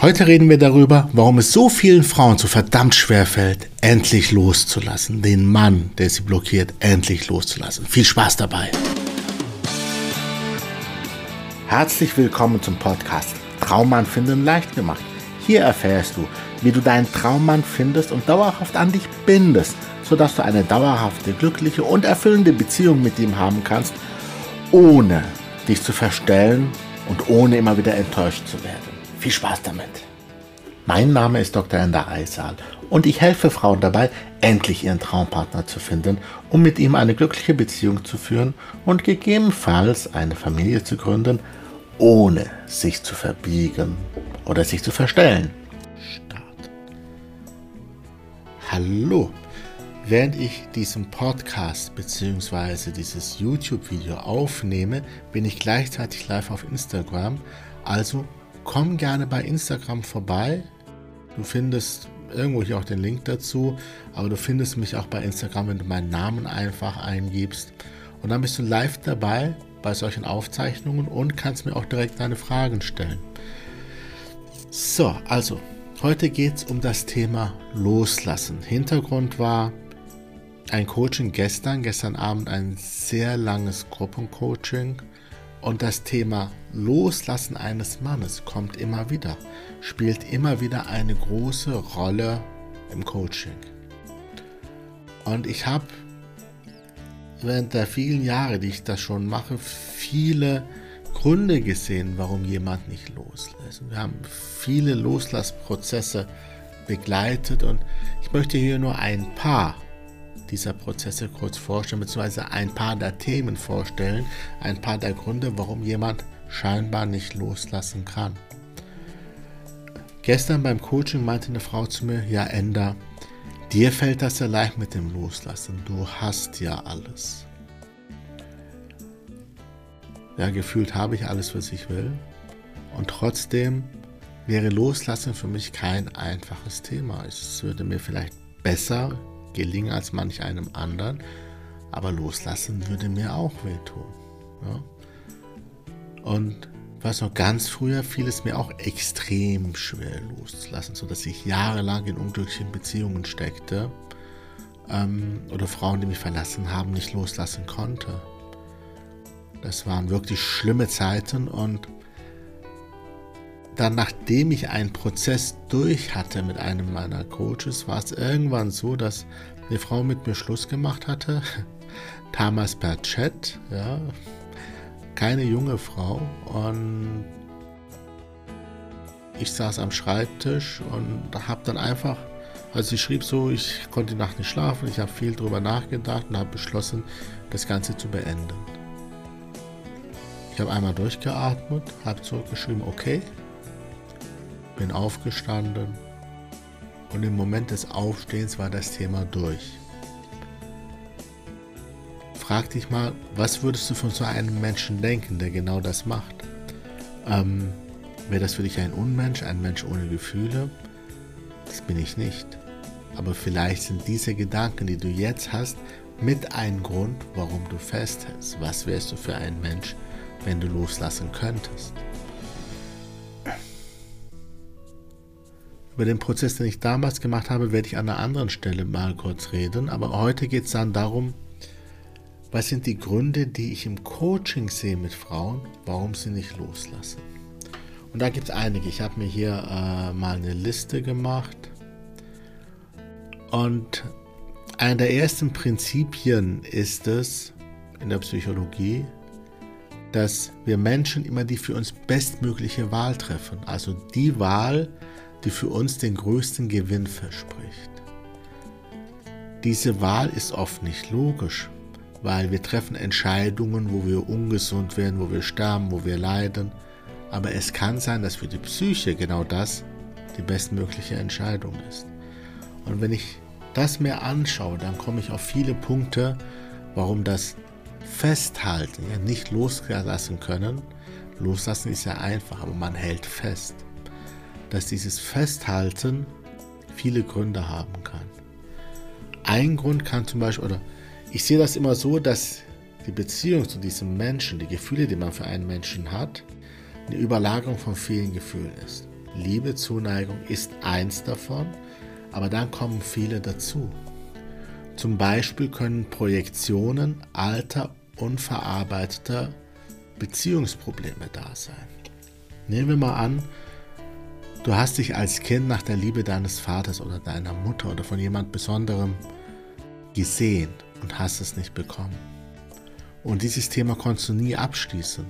Heute reden wir darüber, warum es so vielen Frauen so verdammt schwer fällt, endlich loszulassen, den Mann, der sie blockiert, endlich loszulassen. Viel Spaß dabei! Herzlich willkommen zum Podcast Traummann finden leicht gemacht. Hier erfährst du, wie du deinen Traummann findest und dauerhaft an dich bindest, sodass du eine dauerhafte, glückliche und erfüllende Beziehung mit ihm haben kannst, ohne dich zu verstellen und ohne immer wieder enttäuscht zu werden. Viel Spaß damit! Mein Name ist Dr. Ender Eisal und ich helfe Frauen dabei, endlich ihren Traumpartner zu finden, um mit ihm eine glückliche Beziehung zu führen und gegebenenfalls eine Familie zu gründen, ohne sich zu verbiegen oder sich zu verstellen. Start. Hallo! Während ich diesen Podcast bzw. dieses YouTube-Video aufnehme, bin ich gleichzeitig live auf Instagram. Also komm gerne bei Instagram vorbei. Du findest irgendwo hier auch den Link dazu, aber du findest mich auch bei Instagram, wenn du meinen Namen einfach eingibst. Und dann bist du live dabei bei solchen Aufzeichnungen und kannst mir auch direkt deine Fragen stellen. So, also heute geht es um das Thema Loslassen. Hintergrund war ein Coaching gestern Abend ein sehr langes Gruppencoaching. Und das Thema Loslassen eines Mannes kommt immer wieder, spielt immer wieder eine große Rolle im Coaching. Und ich habe während der vielen Jahre, die ich das schon mache, viele Gründe gesehen, warum jemand nicht loslässt. Wir haben viele Loslassprozesse begleitet und ich möchte hier nur ein paar dieser Prozesse kurz vorstellen, beziehungsweise ein paar der Themen vorstellen, ein paar der Gründe, warum jemand scheinbar nicht loslassen kann. Gestern beim Coaching meinte eine Frau zu mir, ja Ender, dir fällt das ja leicht mit dem Loslassen, du hast ja alles. Ja, gefühlt habe ich alles, was ich will und trotzdem wäre Loslassen für mich kein einfaches Thema. Es würde mir vielleicht besser gelingen als manch einem anderen, aber loslassen würde mir auch wehtun. Ja? Und was noch ganz früher fiel es mir auch extrem schwer loszulassen, sodass ich jahrelang in unglücklichen Beziehungen steckte oder Frauen, die mich verlassen haben, nicht loslassen konnte. Das waren wirklich schlimme Zeiten und dann, nachdem ich einen Prozess durch hatte mit einem meiner Coaches, war es irgendwann so, dass eine Frau mit mir Schluss gemacht hatte, damals per Chat, ja, keine junge Frau, und ich saß am Schreibtisch und habe dann einfach, also sie schrieb so, ich konnte die Nacht nicht schlafen, ich habe viel drüber nachgedacht und habe beschlossen, das Ganze zu beenden. Ich habe einmal durchgeatmet, habe zurückgeschrieben, okay, bin aufgestanden und im Moment des Aufstehens war das Thema durch. Frag dich mal, was würdest du von so einem Menschen denken, der genau das macht? Wäre das für dich ein Unmensch, ein Mensch ohne Gefühle? Das bin ich nicht. Aber vielleicht sind diese Gedanken, die du jetzt hast, mit ein Grund, warum du festhältst. Was wärst du für ein Mensch, wenn du loslassen könntest? Über den Prozess, den ich damals gemacht habe, werde ich an einer anderen Stelle mal kurz reden. Aber heute geht es dann darum, was sind die Gründe, die ich im Coaching sehe mit Frauen, warum sie nicht loslassen. Und da gibt es einige. Ich habe mir hier mal eine Liste gemacht. Und eine der ersten Prinzipien ist es in der Psychologie, dass wir Menschen immer die für uns bestmögliche Wahl treffen. Also die Wahl, die für uns den größten Gewinn verspricht. Diese Wahl ist oft nicht logisch, weil wir treffen Entscheidungen, wo wir ungesund werden, wo wir sterben, wo wir leiden. Aber es kann sein, dass für die Psyche genau das die bestmögliche Entscheidung ist. Und wenn ich das mir anschaue, dann komme ich auf viele Punkte, warum das Festhalten, ja, nicht loslassen können. Loslassen ist ja einfach, aber man hält fest. Dass dieses Festhalten viele Gründe haben kann. Ein Grund kann zum Beispiel, oder ich sehe das immer so, dass die Beziehung zu diesem Menschen, die Gefühle, die man für einen Menschen hat, eine Überlagerung von vielen Gefühlen ist. Liebe, Zuneigung ist eins davon, aber dann kommen viele dazu. Zum Beispiel können Projektionen alter, unverarbeiteter Beziehungsprobleme da sein. Nehmen wir mal an, du hast dich als Kind nach der Liebe deines Vaters oder deiner Mutter oder von jemand Besonderem gesehen und hast es nicht bekommen. Und dieses Thema konntest du nie abschließen.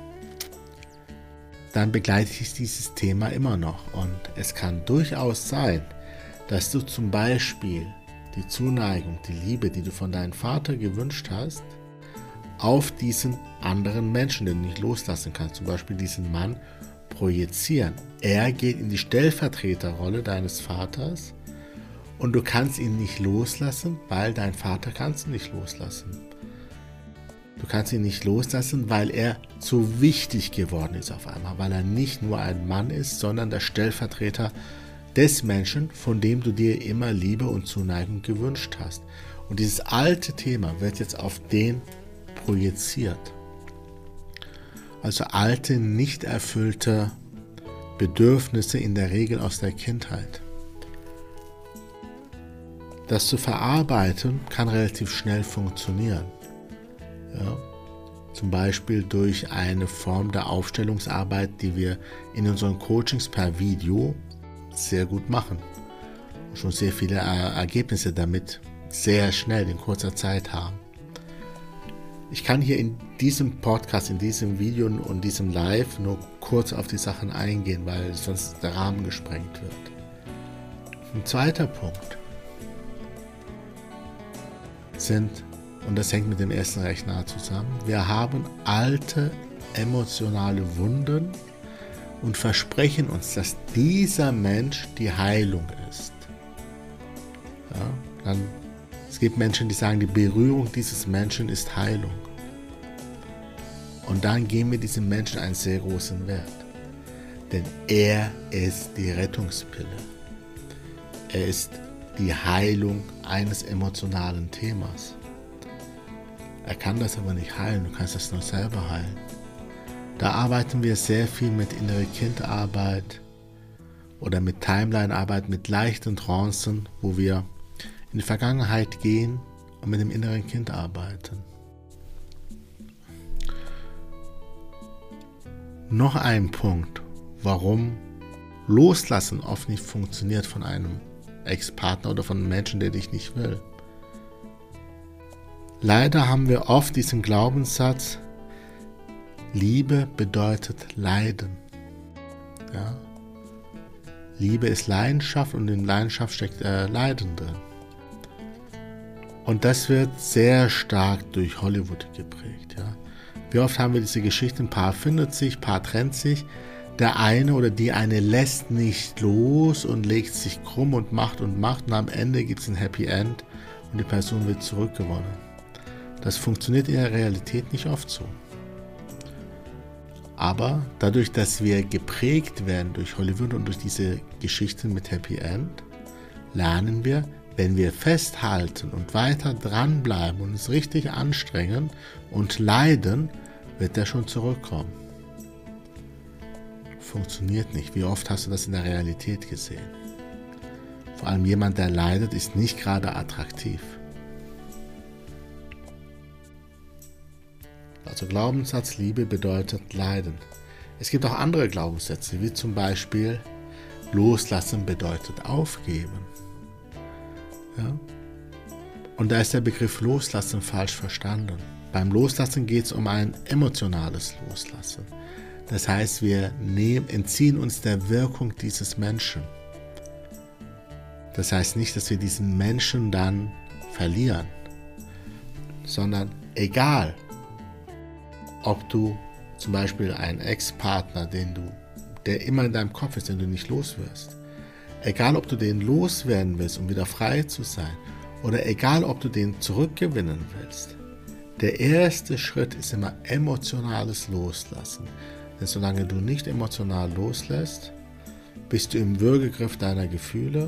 Dann begleitet dich dieses Thema immer noch. Und es kann durchaus sein, dass du zum Beispiel die Zuneigung, die Liebe, die du von deinem Vater gewünscht hast, auf diesen anderen Menschen, den du nicht loslassen kannst, zum Beispiel diesen Mann, projizieren. Er geht in die Stellvertreterrolle deines Vaters und du kannst ihn nicht loslassen, weil dein Vater kannst du nicht loslassen. Du kannst ihn nicht loslassen, weil er zu wichtig geworden ist auf einmal, weil er nicht nur ein Mann ist, sondern der Stellvertreter des Menschen, von dem du dir immer Liebe und Zuneigung gewünscht hast. Und dieses alte Thema wird jetzt auf den projiziert. Also alte, nicht erfüllte Bedürfnisse in der Regel aus der Kindheit. Das zu verarbeiten kann relativ schnell funktionieren. Ja, zum Beispiel durch eine Form der Aufstellungsarbeit, die wir in unseren Coachings per Video sehr gut machen. Und schon sehr viele Ergebnisse damit sehr schnell in kurzer Zeit haben. Ich kann hier in diesem Podcast, in diesem Video und diesem Live nur kurz auf die Sachen eingehen, weil sonst der Rahmen gesprengt wird. Ein zweiter Punkt sind, und das hängt mit dem ersten recht nah zusammen, wir haben alte emotionale Wunden und versprechen uns, dass dieser Mensch die Heilung ist. Ja, es gibt Menschen, die sagen, die Berührung dieses Menschen ist Heilung. Und dann geben wir diesem Menschen einen sehr großen Wert. Denn er ist die Rettungspille. Er ist die Heilung eines emotionalen Themas. Er kann das aber nicht heilen, du kannst das nur selber heilen. Da arbeiten wir sehr viel mit innere Kindarbeit oder mit Timeline-Arbeit, mit leichten Trancen, wo wir in die Vergangenheit gehen und mit dem inneren Kind arbeiten. Noch ein Punkt, warum Loslassen oft nicht funktioniert von einem Ex-Partner oder von einem Menschen, der dich nicht will. Leider haben wir oft diesen Glaubenssatz, Liebe bedeutet Leiden. Ja? Liebe ist Leidenschaft und in Leidenschaft steckt Leiden drin. Und das wird sehr stark durch Hollywood geprägt. Ja? Wie oft haben wir diese Geschichte, ein Paar findet sich, ein Paar trennt sich, der eine oder die eine lässt nicht los und legt sich krumm und macht und am Ende gibt es ein Happy End und die Person wird zurückgewonnen. Das funktioniert in der Realität nicht oft so. Aber dadurch, dass wir geprägt werden durch Hollywood und durch diese Geschichten mit Happy End, lernen wir, wenn wir festhalten und weiter dranbleiben und uns richtig anstrengen und leiden, wird er schon zurückkommen. Funktioniert nicht. Wie oft hast du das in der Realität gesehen? Vor allem jemand, der leidet, ist nicht gerade attraktiv. Also Glaubenssatz, Liebe bedeutet Leiden. Es gibt auch andere Glaubenssätze, wie zum Beispiel Loslassen bedeutet Aufgeben. Ja? Und da ist der Begriff Loslassen falsch verstanden. Beim Loslassen geht es um ein emotionales Loslassen. Das heißt, wir entziehen uns der Wirkung dieses Menschen. Das heißt nicht, dass wir diesen Menschen dann verlieren, sondern egal, ob du zum Beispiel einen Ex-Partner, der immer in deinem Kopf ist, den du nicht los wirst, egal ob du den loswerden willst, um wieder frei zu sein, oder egal ob du den zurückgewinnen willst, der erste Schritt ist immer emotionales Loslassen. Denn solange du nicht emotional loslässt, bist du im Würgegriff deiner Gefühle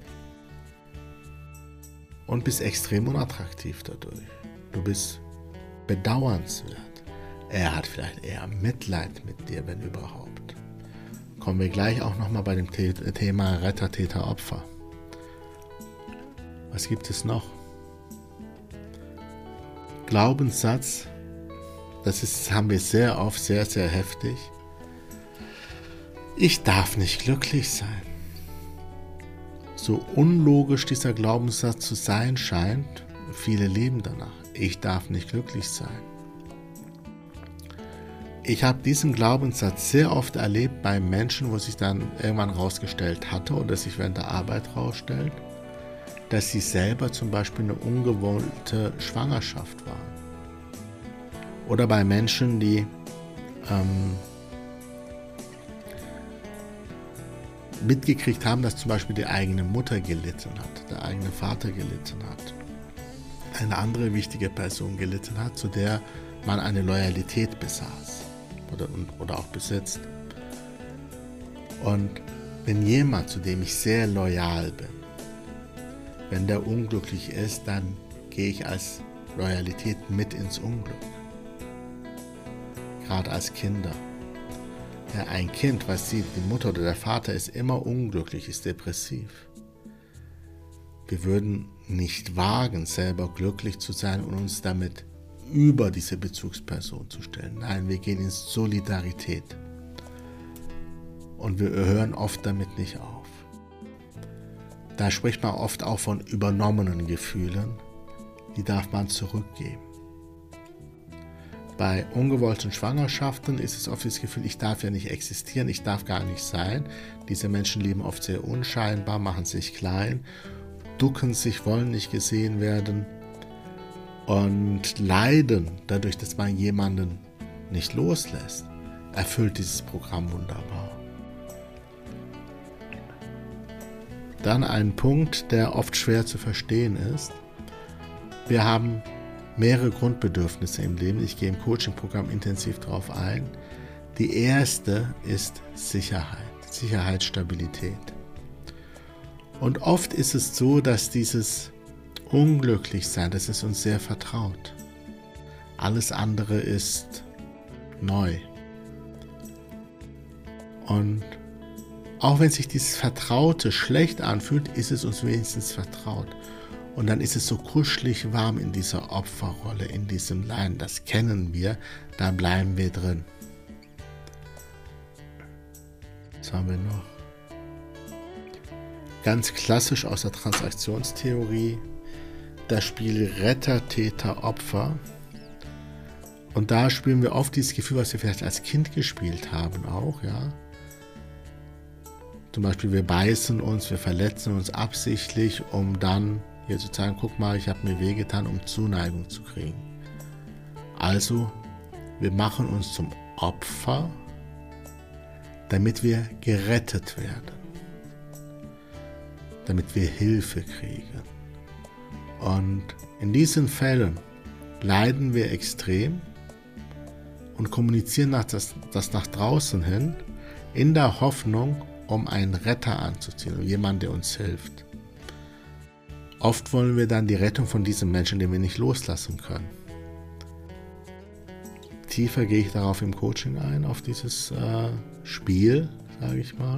und bist extrem unattraktiv dadurch. Du bist bedauernswert. Er hat vielleicht eher Mitleid mit dir, wenn überhaupt. kommen wir gleich auch nochmal bei dem Thema Retter, Täter, Opfer. Was gibt es noch? Glaubenssatz, haben wir sehr oft, sehr, sehr heftig. Ich darf nicht glücklich sein. So unlogisch dieser Glaubenssatz zu sein scheint, viele leben danach. Ich darf nicht glücklich sein. Ich habe diesen Glaubenssatz sehr oft erlebt bei Menschen, wo sich dann irgendwann herausgestellt hatte oder sich während der Arbeit herausstellt, dass sie selber zum Beispiel eine ungewollte Schwangerschaft waren. Oder bei Menschen, die mitgekriegt haben, dass zum Beispiel die eigene Mutter gelitten hat, der eigene Vater gelitten hat, eine andere wichtige Person gelitten hat, zu der man eine Loyalität besaß oder auch besitzt. Und wenn jemand, zu dem ich sehr loyal bin, wenn der unglücklich ist, dann gehe ich als Loyalität mit ins Unglück. Gerade als Kinder. Ja, ein Kind, was sieht, die Mutter oder der Vater ist immer unglücklich, ist depressiv. Wir würden nicht wagen, selber glücklich zu sein und uns damit über diese Bezugsperson zu stellen. Nein, wir gehen in Solidarität. Und wir hören oft damit nicht auf. Da spricht man oft auch von übernommenen Gefühlen, die darf man zurückgeben. Bei ungewollten Schwangerschaften ist es oft das Gefühl, ich darf ja nicht existieren, ich darf gar nicht sein. Diese Menschen leben oft sehr unscheinbar, machen sich klein, ducken sich, wollen nicht gesehen werden und leiden dadurch, dass man jemanden nicht loslässt. Erfüllt dieses Programm wunderbar. Dann ein Punkt, der oft schwer zu verstehen ist. Wir haben mehrere Grundbedürfnisse im Leben. Ich gehe im Coaching-Programm intensiv darauf ein. Die erste ist Sicherheit, Stabilität. Und oft ist es so, dass dieses Unglücklichsein, das ist uns sehr vertraut. Alles andere ist neu. Und auch wenn sich dieses Vertraute schlecht anfühlt, ist es uns wenigstens vertraut. Und dann ist es so kuschelig warm in dieser Opferrolle, in diesem Leiden. Das kennen wir, da bleiben wir drin. Was haben wir noch? Ganz klassisch aus der Transaktionstheorie, das Spiel Retter, Täter, Opfer. Und da spielen wir oft dieses Gefühl, was wir vielleicht als Kind gespielt haben auch, ja. Zum Beispiel, wir beißen uns, wir verletzen uns absichtlich, um dann hier zu sagen, guck mal, ich habe mir wehgetan, um Zuneigung zu kriegen. Also, wir machen uns zum Opfer, damit wir gerettet werden. Damit wir Hilfe kriegen. Und in diesen Fällen leiden wir extrem und kommunizieren das nach draußen hin, in der Hoffnung, um einen Retter anzuziehen, um jemanden, der uns hilft. Oft wollen wir dann die Rettung von diesem Menschen, den wir nicht loslassen können. Tiefer gehe ich darauf im Coaching ein, auf dieses Spiel, sage ich mal.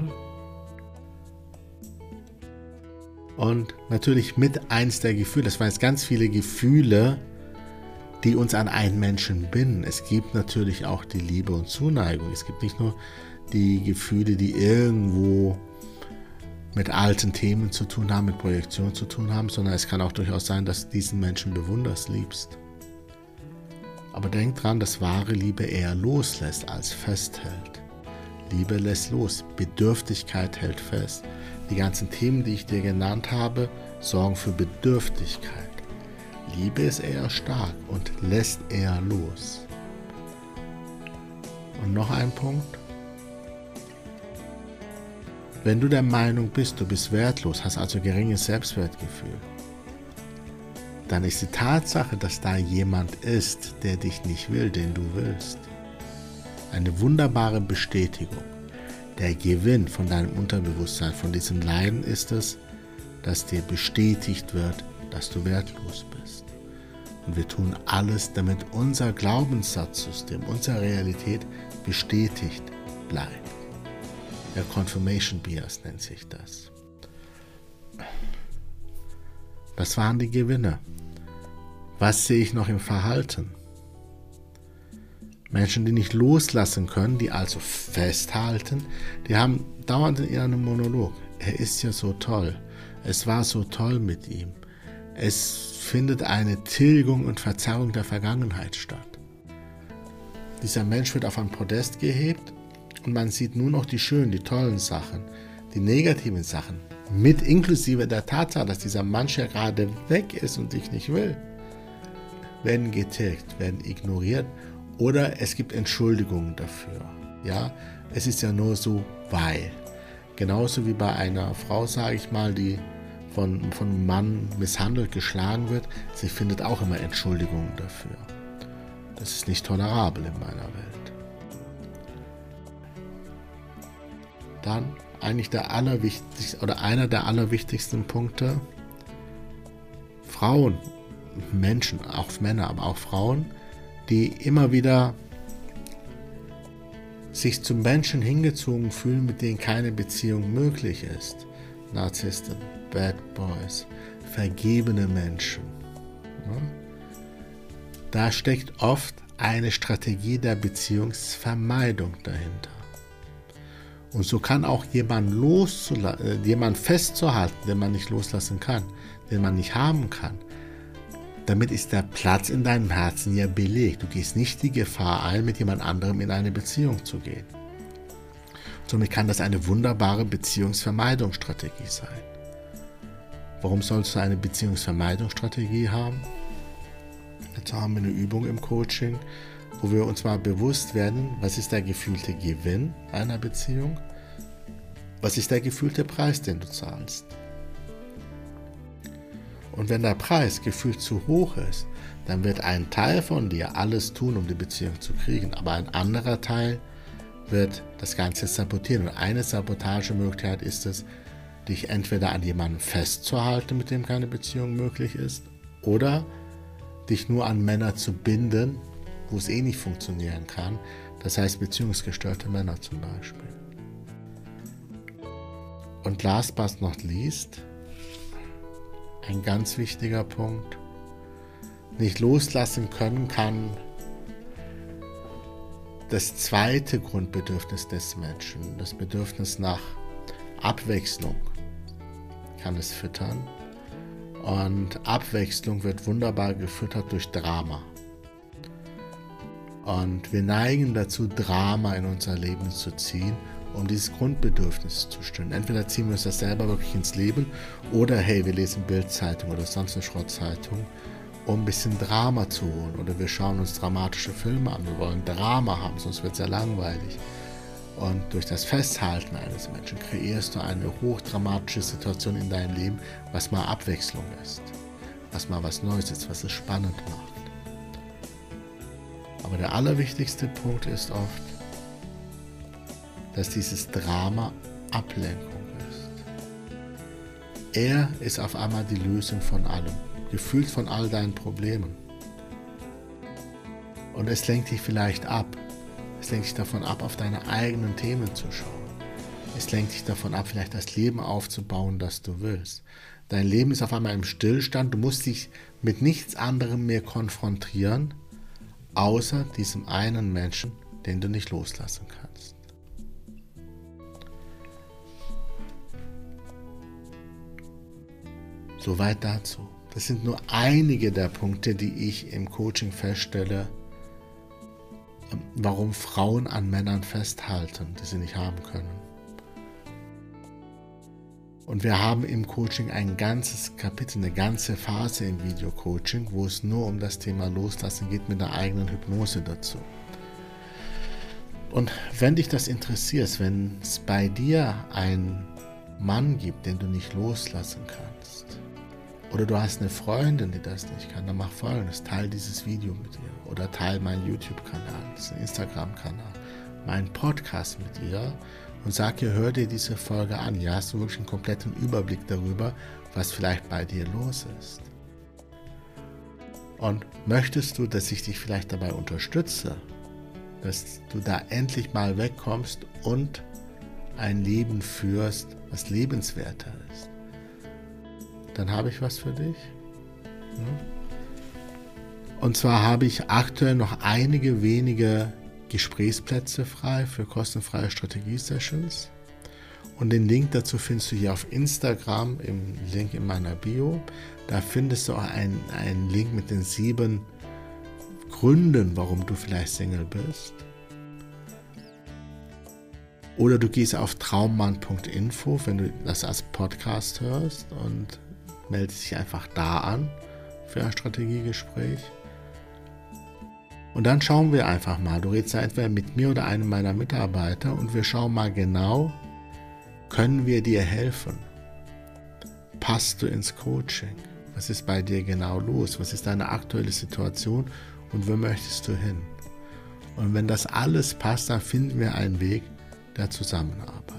Und natürlich mit eins der Gefühle, das waren jetzt ganz viele Gefühle, die uns an einen Menschen binden. Es gibt natürlich auch die Liebe und Zuneigung. Es gibt nicht nur die Gefühle, die irgendwo mit alten Themen zu tun haben, mit Projektion zu tun haben, sondern es kann auch durchaus sein, dass du diesen Menschen bewunderst, liebst. Aber denk dran, dass wahre Liebe eher loslässt als festhält. Liebe lässt los, Bedürftigkeit hält fest. Die ganzen Themen, die ich dir genannt habe, sorgen für Bedürftigkeit. Liebe ist eher stark und lässt eher los. Und noch ein Punkt. Wenn du der Meinung bist, du bist wertlos, hast also geringes Selbstwertgefühl, dann ist die Tatsache, dass da jemand ist, der dich nicht will, den du willst, eine wunderbare Bestätigung. Der Gewinn von deinem Unterbewusstsein, von diesem Leiden ist es, dass dir bestätigt wird, dass du wertlos bist. Und wir tun alles, damit unser Glaubenssatzsystem, unsere Realität bestätigt bleibt. Der Confirmation Bias nennt sich das. Das waren die Gewinne. Was sehe ich noch im Verhalten? Menschen, die nicht loslassen können, die also festhalten, die haben dauernd in ihrem Monolog. Er ist ja so toll. Es war so toll mit ihm. Es findet eine Tilgung und Verzerrung der Vergangenheit statt. Dieser Mensch wird auf ein Podest gehebt und man sieht nur noch die schönen, die tollen Sachen, die negativen Sachen, mit inklusive der Tatsache, dass dieser Mensch ja gerade weg ist und dich nicht will, werden getilgt, werden ignoriert oder es gibt Entschuldigungen dafür. Ja, es ist ja nur so, weil. Genauso wie bei einer Frau, sage ich mal, die von einem Mann misshandelt, geschlagen wird, sie findet auch immer Entschuldigungen dafür. Das ist nicht tolerabel in meiner Welt. Dann eigentlich der allerwichtigste oder einer der allerwichtigsten Punkte: Frauen, Menschen, auch Männer, aber auch Frauen, die immer wieder sich zu Menschen hingezogen fühlen, mit denen keine Beziehung möglich ist. Narzissten, Bad Boys, vergebene Menschen. Ja? Da steckt oft eine Strategie der Beziehungsvermeidung dahinter. Und so kann auch jemand festzuhalten, den man nicht loslassen kann, den man nicht haben kann. Damit ist der Platz in deinem Herzen ja belegt. Du gehst nicht die Gefahr ein, mit jemand anderem in eine Beziehung zu gehen. Somit kann das eine wunderbare Beziehungsvermeidungsstrategie sein. Warum sollst du eine Beziehungsvermeidungsstrategie haben? Jetzt haben wir eine Übung im Coaching, wo wir uns mal bewusst werden, was ist der gefühlte Gewinn einer Beziehung, was ist der gefühlte Preis, den du zahlst. Und wenn der Preis gefühlt zu hoch ist, dann wird ein Teil von dir alles tun, um die Beziehung zu kriegen, aber ein anderer Teil wird das Ganze sabotieren. Und eine Sabotagemöglichkeit ist es, dich entweder an jemanden festzuhalten, mit dem keine Beziehung möglich ist, oder dich nur an Männer zu binden, wo es eh nicht funktionieren kann. Das heißt beziehungsgestörte Männer zum Beispiel. Und last but not least, ein ganz wichtiger Punkt: Nicht loslassen können kann das zweite Grundbedürfnis des Menschen, das Bedürfnis nach Abwechslung, kann es füttern. Und Abwechslung wird wunderbar gefüttert durch Drama. Und wir neigen dazu, Drama in unser Leben zu ziehen, um dieses Grundbedürfnis zu stillen. Entweder ziehen wir uns das selber wirklich ins Leben oder hey, wir lesen Bild-Zeitung oder sonst eine Schrottzeitung, um ein bisschen Drama zu holen. Oder wir schauen uns dramatische Filme an. Wir wollen Drama haben, sonst wird es sehr langweilig. Und durch das Festhalten eines Menschen kreierst du eine hochdramatische Situation in deinem Leben, was mal Abwechslung ist, was mal was Neues ist, was es spannend macht. Aber der allerwichtigste Punkt ist oft, dass dieses Drama Ablenkung ist. Er ist auf einmal die Lösung von allem, gefühlt von all deinen Problemen. Und es lenkt dich vielleicht ab. Es lenkt dich davon ab, auf deine eigenen Themen zu schauen. Es lenkt dich davon ab, vielleicht das Leben aufzubauen, das du willst. Dein Leben ist auf einmal im Stillstand. Du musst dich mit nichts anderem mehr konfrontieren, außer diesem einen Menschen, den du nicht loslassen kannst. Soweit dazu. Das sind nur einige der Punkte, die ich im Coaching feststelle, warum Frauen an Männern festhalten, die sie nicht haben können. Und wir haben im Coaching ein ganzes Kapitel, eine ganze Phase im Video-Coaching, wo es nur um das Thema Loslassen geht, mit einer eigenen Hypnose dazu. Und wenn dich das interessiert, wenn es bei dir einen Mann gibt, den du nicht loslassen kannst, oder du hast eine Freundin, die das nicht kann, dann mach Folgendes: Teil dieses Video mit ihr oder teil meinen YouTube-Kanal, das ist ein Instagram-Kanal, meinen Podcast mit ihr und sag ihr, hör dir diese Folge an. Hier hast du wirklich einen kompletten Überblick darüber, was vielleicht bei dir los ist. Und möchtest du, dass ich dich vielleicht dabei unterstütze, dass du da endlich mal wegkommst und ein Leben führst, was lebenswerter ist, dann habe ich was für dich. Und zwar habe ich aktuell noch einige wenige Gesprächsplätze frei für kostenfreie Strategie-Sessions. Und den Link dazu findest du hier auf Instagram, im Link in meiner Bio. Da findest du auch einen Link mit den 7 Gründen, warum du vielleicht Single bist. Oder du gehst auf traummann.info, wenn du das als Podcast hörst, und meldest dich einfach da an für ein Strategiegespräch. Und dann schauen wir einfach mal, du redest ja entweder mit mir oder einem meiner Mitarbeiter und wir schauen mal genau, können wir dir helfen? Passt du ins Coaching? Was ist bei dir genau los? Was ist deine aktuelle Situation und wo möchtest du hin? Und wenn das alles passt, dann finden wir einen Weg der Zusammenarbeit.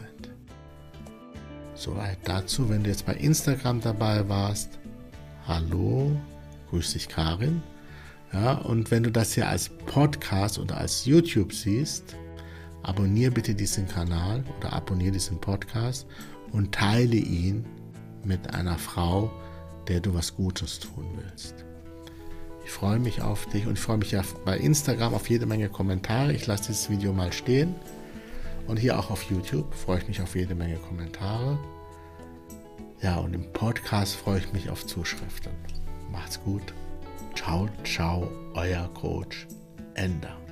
Soweit dazu. Wenn du jetzt bei Instagram dabei warst, hallo, grüß dich Karin. Ja, und wenn du das hier als Podcast oder als YouTube siehst, abonniere bitte diesen Kanal oder abonniere diesen Podcast und teile ihn mit einer Frau, der du was Gutes tun willst. Ich freue mich auf dich und ich freue mich ja bei Instagram auf jede Menge Kommentare. Ich lasse dieses Video mal stehen. Und hier auch auf YouTube freue ich mich auf jede Menge Kommentare. Ja, und im Podcast freue ich mich auf Zuschriften. Macht's gut. Ciao, ciao, euer Coach Ender.